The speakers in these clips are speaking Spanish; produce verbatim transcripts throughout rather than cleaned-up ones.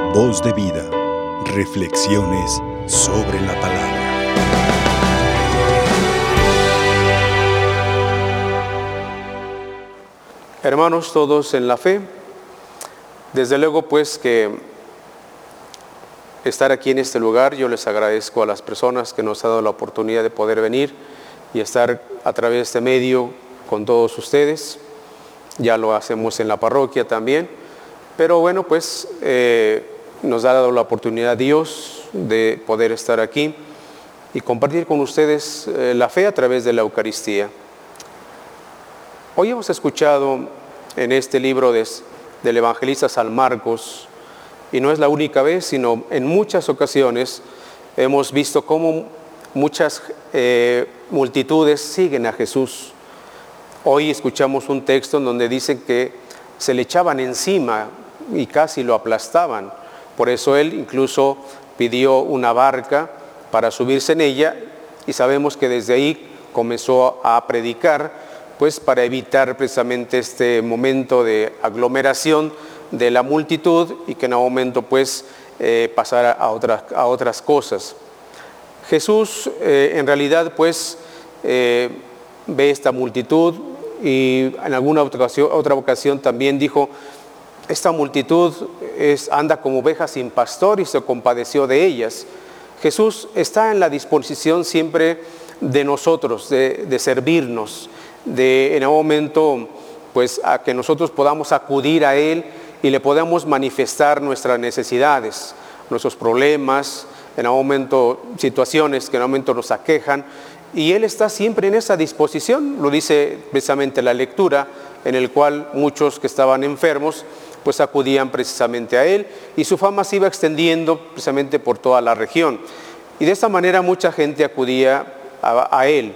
Voz de vida. Reflexiones sobre la palabra. Hermanos todos en la fe, desde luego pues que estar aquí en este lugar, yo les agradezco a las personas que nos han dado la oportunidad de poder venir y estar a través de este medio con todos ustedes. Ya lo hacemos en la parroquia también, pero bueno, pues eh, nos ha dado la oportunidad Dios de poder estar aquí y compartir con ustedes eh, la fe a través de la Eucaristía. Hoy hemos escuchado en este libro de, del evangelista San Marcos, y no es la única vez, sino en muchas ocasiones hemos visto cómo muchas eh, multitudes siguen a Jesús. Hoy escuchamos un texto en donde dicen que se le echaban encima y casi lo aplastaban. Por eso él incluso pidió una barca para subirse en ella, y sabemos que desde ahí comenzó a predicar, pues para evitar precisamente este momento de aglomeración de la multitud y que en algún momento pues eh, pasara a otras, a otras cosas. Jesús eh, en realidad pues eh, ve esta multitud y en alguna otra ocasión, otra ocasión también dijo: esta multitud es, anda como ovejas sin pastor, y se compadeció de ellas. Jesús está en la disposición siempre de nosotros, de, de servirnos, de en algún momento pues a que nosotros podamos acudir a Él y le podamos manifestar nuestras necesidades, nuestros problemas, en algún momento situaciones que en algún momento nos aquejan, y Él está siempre en esa disposición. Lo dice precisamente la lectura, en el cual muchos que estaban enfermos pues acudían precisamente a Él, y su fama se iba extendiendo precisamente por toda la región, y de esta manera mucha gente acudía a, a Él.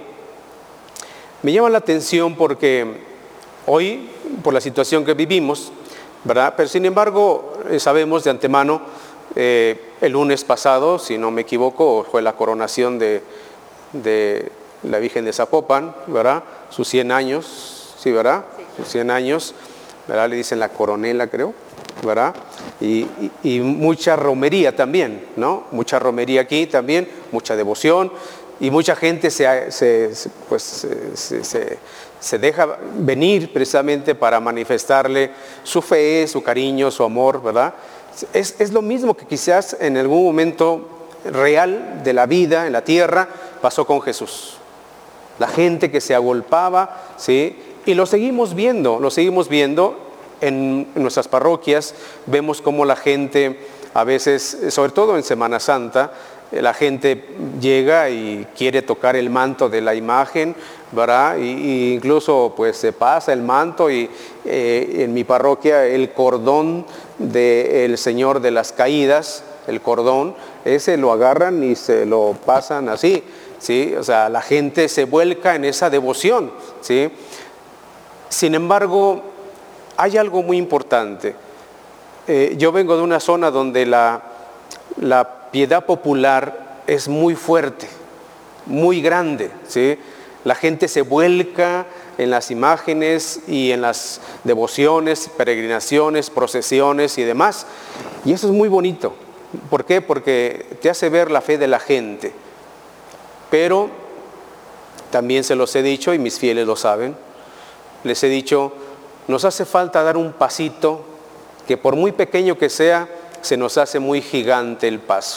Me llama la atención porque hoy, por la situación que vivimos, ¿verdad? Pero sin embargo, eh, sabemos de antemano, eh, el lunes pasado, si no me equivoco, fue la coronación de, de la Virgen de Zapopan, ¿verdad? Sus cien años, ¿sí, verdad? Sí. Sus cien años, ¿verdad? Le dicen la coronela, creo, ¿verdad? Y, y, y mucha romería también, ¿no? Mucha romería aquí también, mucha devoción, y mucha gente se, se, pues, se, se, se deja venir precisamente para manifestarle su fe, su cariño, su amor, ¿verdad? Es, es lo mismo que quizás en algún momento real de la vida en la tierra pasó con Jesús. La gente que se agolpaba, ¿sí? Y lo seguimos viendo, lo seguimos viendo en, en nuestras parroquias. Vemos cómo la gente a veces, sobre todo en Semana Santa, la gente llega y quiere tocar el manto de la imagen, ¿verdad? Y, y incluso pues se pasa el manto, y eh, en mi parroquia el cordón del Señor de las Caídas, el cordón, ese lo agarran y se lo pasan así, ¿sí? O sea, la gente se vuelca en esa devoción, ¿sí? Sin embargo, hay algo muy importante. Eh, yo vengo de una zona donde la, la piedad popular es muy fuerte, muy grande, ¿sí? La gente se vuelca en las imágenes y en las devociones, peregrinaciones, procesiones y demás. Y eso es muy bonito. ¿Por qué? Porque te hace ver la fe de la gente. Pero también se los he dicho, y mis fieles lo saben, les he dicho, nos hace falta dar un pasito que por muy pequeño que sea, se nos hace muy gigante el paso.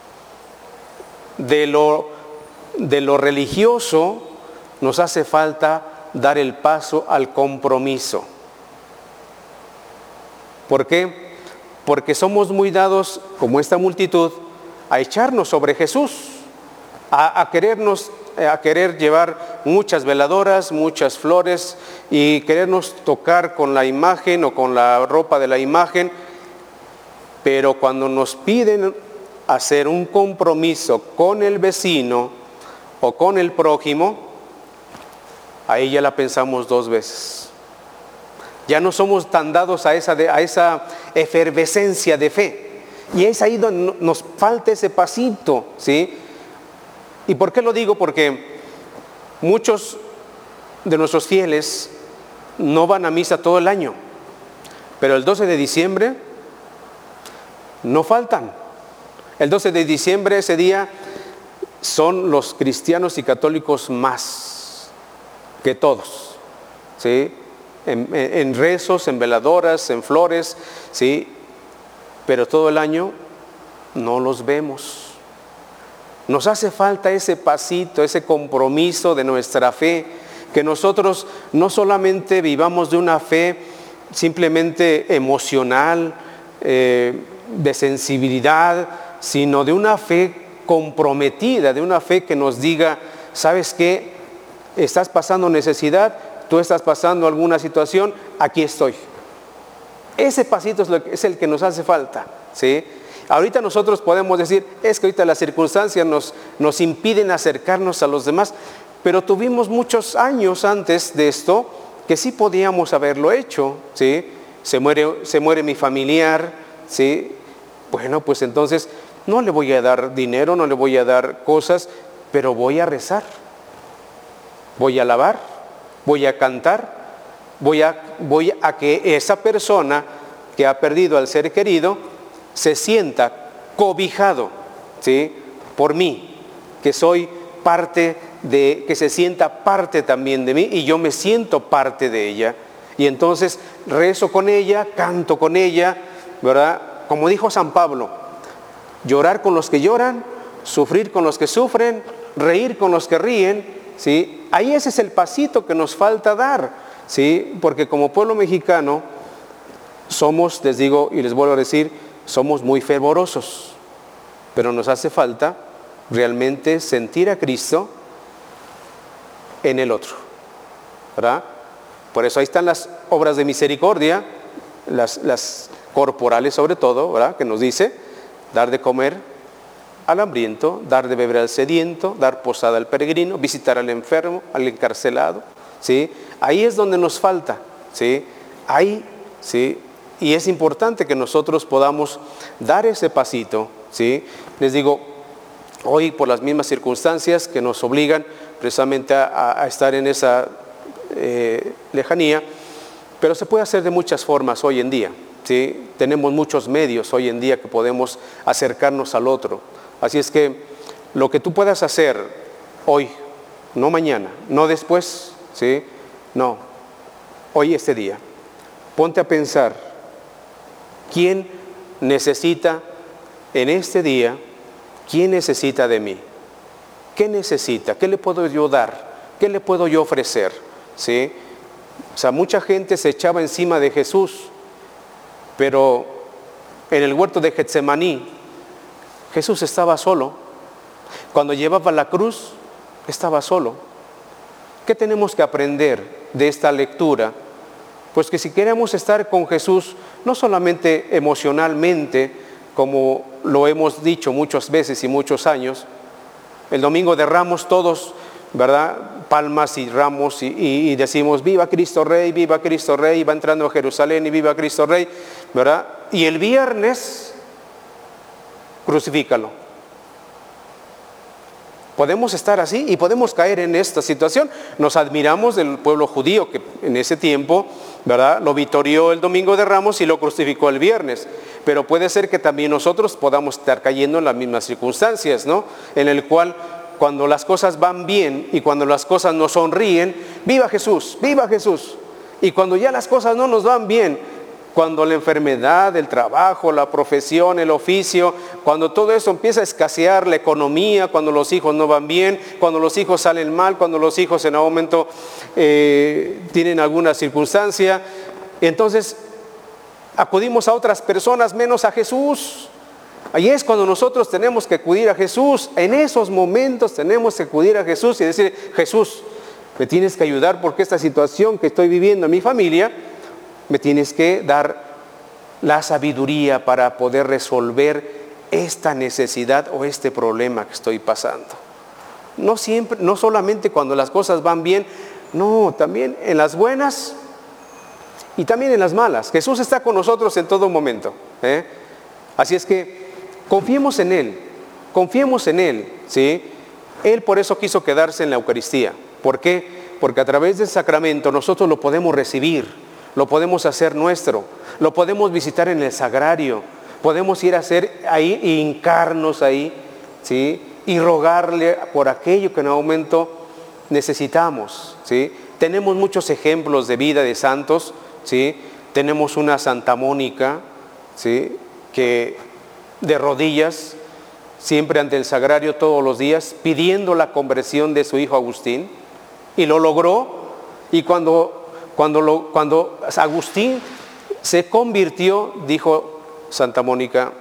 De lo, de lo religioso nos hace falta dar el paso al compromiso. ¿Por qué? Porque somos muy dados, como esta multitud, a echarnos sobre Jesús, a, a querernos, a querer llevar muchas veladoras, muchas flores, y querernos tocar con la imagen o con la ropa de la imagen. Pero cuando nos piden hacer un compromiso con el vecino o con el prójimo, ahí ya la pensamos dos veces. Ya no somos tan dados a esa, a esa efervescencia de fe. Y es ahí donde nos falta ese pasito, ¿sí? ¿Y por qué lo digo? Porque muchos de nuestros fieles no van a misa todo el año, pero el doce de diciembre no faltan. El doce de diciembre, ese día, son los cristianos y católicos más que todos, ¿sí? En, en, en rezos, en veladoras, en flores, ¿sí? Pero todo el año no los vemos. Nos hace falta ese pasito, ese compromiso de nuestra fe, que nosotros no solamente vivamos de una fe simplemente emocional, eh, de sensibilidad, sino de una fe comprometida, de una fe que nos diga, ¿sabes qué? Estás pasando necesidad, tú estás pasando alguna situación, aquí estoy. Ese pasito es, lo que, es el que nos hace falta, ¿sí? Ahorita nosotros podemos decir, es que ahorita las circunstancias nos, nos impiden acercarnos a los demás, pero tuvimos muchos años antes de esto que sí podíamos haberlo hecho, ¿sí? Se muere, se muere mi familiar, ¿sí? Bueno, pues entonces no le voy a dar dinero, no le voy a dar cosas, pero voy a rezar, voy a alabar, voy a cantar, voy a, voy a que esa persona que ha perdido al ser querido se sienta cobijado, ¿sí? Por mí, que soy parte de, que se sienta parte también de mí y yo me siento parte de ella. Y entonces rezo con ella, canto con ella, ¿verdad? Como dijo San Pablo, llorar con los que lloran, sufrir con los que sufren, reír con los que ríen, ¿sí? Ahí ese es el pasito que nos falta dar, ¿sí? Porque como pueblo mexicano somos, les digo y les vuelvo a decir, somos muy fervorosos, pero nos hace falta realmente sentir a Cristo en el otro, ¿verdad? Por eso ahí están las obras de misericordia, las, las corporales sobre todo, ¿verdad? Que nos dice, dar de comer al hambriento, dar de beber al sediento, dar posada al peregrino, visitar al enfermo, al encarcelado, ¿sí? Ahí es donde nos falta, ¿sí? Ahí, ¿sí? Y es importante que nosotros podamos dar ese pasito, ¿sí? Les digo, hoy por las mismas circunstancias que nos obligan precisamente a, a estar en esa eh, lejanía, pero se puede hacer de muchas formas hoy en día, ¿sí? Tenemos muchos medios hoy en día que podemos acercarnos al otro. Así es que lo que tú puedas hacer hoy, no mañana, no después, ¿sí? No, hoy este día, ponte a pensar, ¿quién necesita en este día? ¿Quién necesita de mí? ¿Qué necesita? ¿Qué le puedo yo dar? ¿Qué le puedo yo ofrecer? ¿Sí? O sea, mucha gente se echaba encima de Jesús, pero en el huerto de Getsemaní, Jesús estaba solo. Cuando llevaba la cruz, estaba solo. ¿Qué tenemos que aprender de esta lectura? Pues que si queremos estar con Jesús, no solamente emocionalmente, como lo hemos dicho muchas veces y muchos años, el domingo de Ramos todos, ¿verdad? Palmas y ramos y, y, y decimos, viva Cristo Rey, viva Cristo Rey, va entrando a Jerusalén y viva Cristo Rey, ¿verdad? Y el viernes, crucifícalo. Podemos estar así y podemos caer en esta situación. Nos admiramos del pueblo judío que en ese tiempo, ¿verdad?, lo vitorió el domingo de Ramos y lo crucificó el viernes. Pero puede ser que también nosotros podamos estar cayendo en las mismas circunstancias, ¿no? En el cual cuando las cosas van bien y cuando las cosas nos sonríen, ¡viva Jesús! ¡Viva Jesús! Y cuando ya las cosas no nos van bien, cuando la enfermedad, el trabajo, la profesión, el oficio, cuando todo eso empieza a escasear, la economía, cuando los hijos no van bien, cuando los hijos salen mal, cuando los hijos en algún momento eh, tienen alguna circunstancia, entonces acudimos a otras personas menos a Jesús. Ahí es cuando nosotros tenemos que acudir a Jesús. En esos momentos tenemos que acudir a Jesús y decir, Jesús, me tienes que ayudar porque esta situación que estoy viviendo en mi familia, me tienes que dar la sabiduría para poder resolver esta necesidad o este problema que estoy pasando. No siempre, no solamente cuando las cosas van bien, no, también en las buenas y también en las malas. Jesús está con nosotros en todo momento, ¿eh? Así es que confiemos en Él, confiemos en Él, ¿sí? Él por eso quiso quedarse en la Eucaristía. ¿Por qué? Porque a través del sacramento nosotros lo podemos recibir, lo podemos hacer nuestro, lo podemos visitar en el sagrario, Podemos ir a hacer ahí, hincarnos ahí, ¿sí? Y rogarle por aquello que en algún momento necesitamos, ¿sí? Tenemos muchos ejemplos de vida de santos, ¿sí? Tenemos una Santa Mónica, ¿sí? Que de rodillas, siempre ante el sagrario todos los días, pidiendo la conversión de su hijo Agustín, y lo logró. Y cuando, cuando, lo, cuando Agustín se convirtió, dijo Santa Mónica,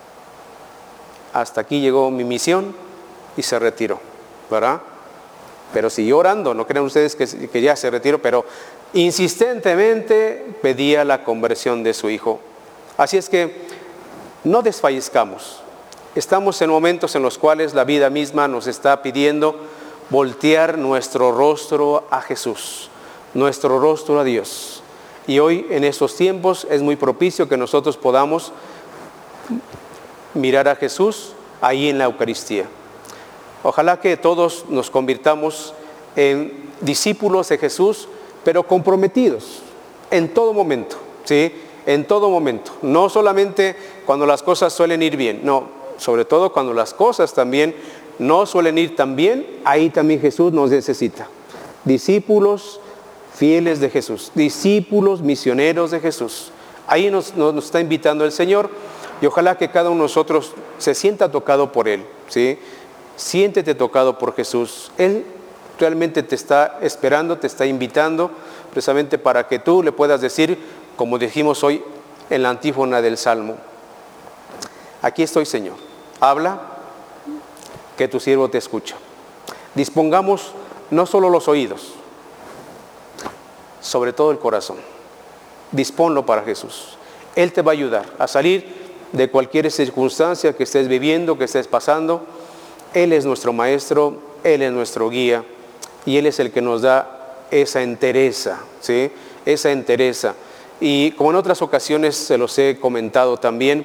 hasta aquí llegó mi misión, y se retiró, ¿verdad? Pero siguió orando, no crean ustedes que, que ya se retiró, pero insistentemente pedía la conversión de su hijo. Así es que no desfallezcamos. Estamos en momentos en los cuales la vida misma nos está pidiendo voltear nuestro rostro a Jesús, nuestro rostro a Dios. Y hoy en estos tiempos es muy propicio que nosotros podamos mirar a Jesús ahí en la Eucaristía. Ojalá que todos nos convirtamos en discípulos de Jesús, pero comprometidos en todo momento, ¿sí? En todo momento. No solamente cuando las cosas suelen ir bien, no, sobre todo cuando las cosas también no suelen ir tan bien, ahí también Jesús nos necesita. Discípulos fieles de Jesús, discípulos misioneros de Jesús. Ahí nos, nos, nos está invitando el Señor, y ojalá que cada uno de nosotros se sienta tocado por Él, ¿sí? Siéntete tocado por Jesús. Él realmente te está esperando, te está invitando, precisamente para que tú le puedas decir, como dijimos hoy en la antífona del Salmo: aquí estoy, Señor, habla, que tu siervo te escucha. Dispongamos no solo los oídos, sobre todo el corazón. Disponlo para Jesús. Él te va a ayudar a salir de cualquier circunstancia que estés viviendo, que estés pasando. Él es nuestro maestro, Él es nuestro guía, y Él es el que nos da esa entereza, ¿sí? Esa entereza. Y como en otras ocasiones se los he comentado también,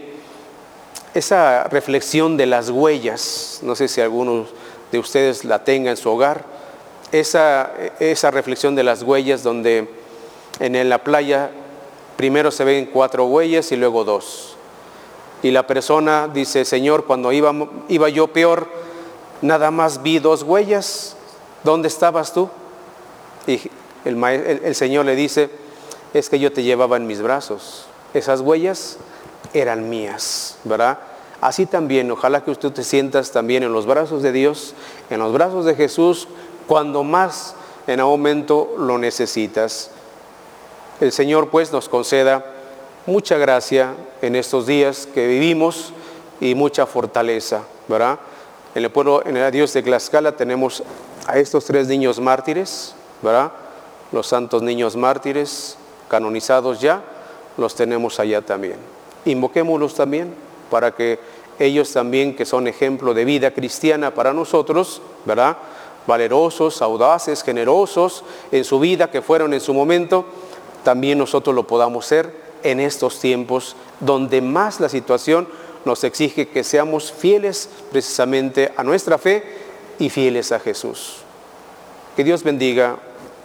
esa reflexión de las huellas, no sé si alguno de ustedes la tenga en su hogar, esa, esa reflexión de las huellas donde en la playa primero se ven cuatro huellas y luego dos. Y la persona dice: Señor, cuando iba, iba yo peor, nada más vi dos huellas, ¿dónde estabas tú? Y el, el, el Señor le dice: es que yo te llevaba en mis brazos, esas huellas eran mías, ¿verdad? Así también, ojalá que usted te sientas también en los brazos de Dios, en los brazos de Jesús, cuando más en algún momento lo necesitas. El Señor pues nos conceda mucha gracia en estos días que vivimos y mucha fortaleza, ¿verdad? En el pueblo, en el Dios de Tlaxcala tenemos a estos tres niños mártires, ¿verdad? Los santos niños mártires canonizados ya, los tenemos allá también. Invoquémoslos también para que ellos también, que son ejemplo de vida cristiana para nosotros, ¿verdad? Valerosos, audaces, generosos en su vida, que fueron en su momento, también nosotros lo podamos ser en estos tiempos donde más la situación nos exige que seamos fieles precisamente a nuestra fe y fieles a Jesús. Que Dios bendiga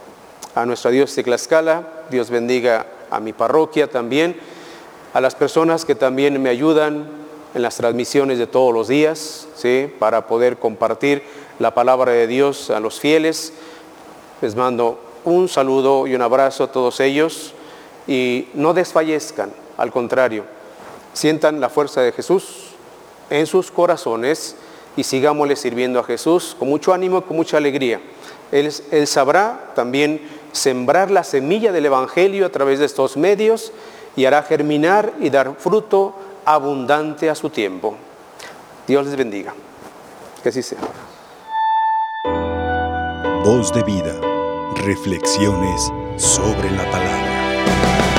a nuestra diócesis de Tlaxcala, Dios bendiga a mi parroquia también, a las personas que también me ayudan en las transmisiones de todos los días, ¿sí? Para poder compartir la palabra de Dios a los fieles. Les mando un saludo y un abrazo a todos ellos, y no desfallezcan, al contrario, sientan la fuerza de Jesús en sus corazones y sigámosle sirviendo a Jesús con mucho ánimo, con mucha alegría. Él, él sabrá también sembrar la semilla del Evangelio a través de estos medios y hará germinar y dar fruto abundante a su tiempo. Dios les bendiga. Que así sea. Voz de vida. Reflexiones sobre la palabra.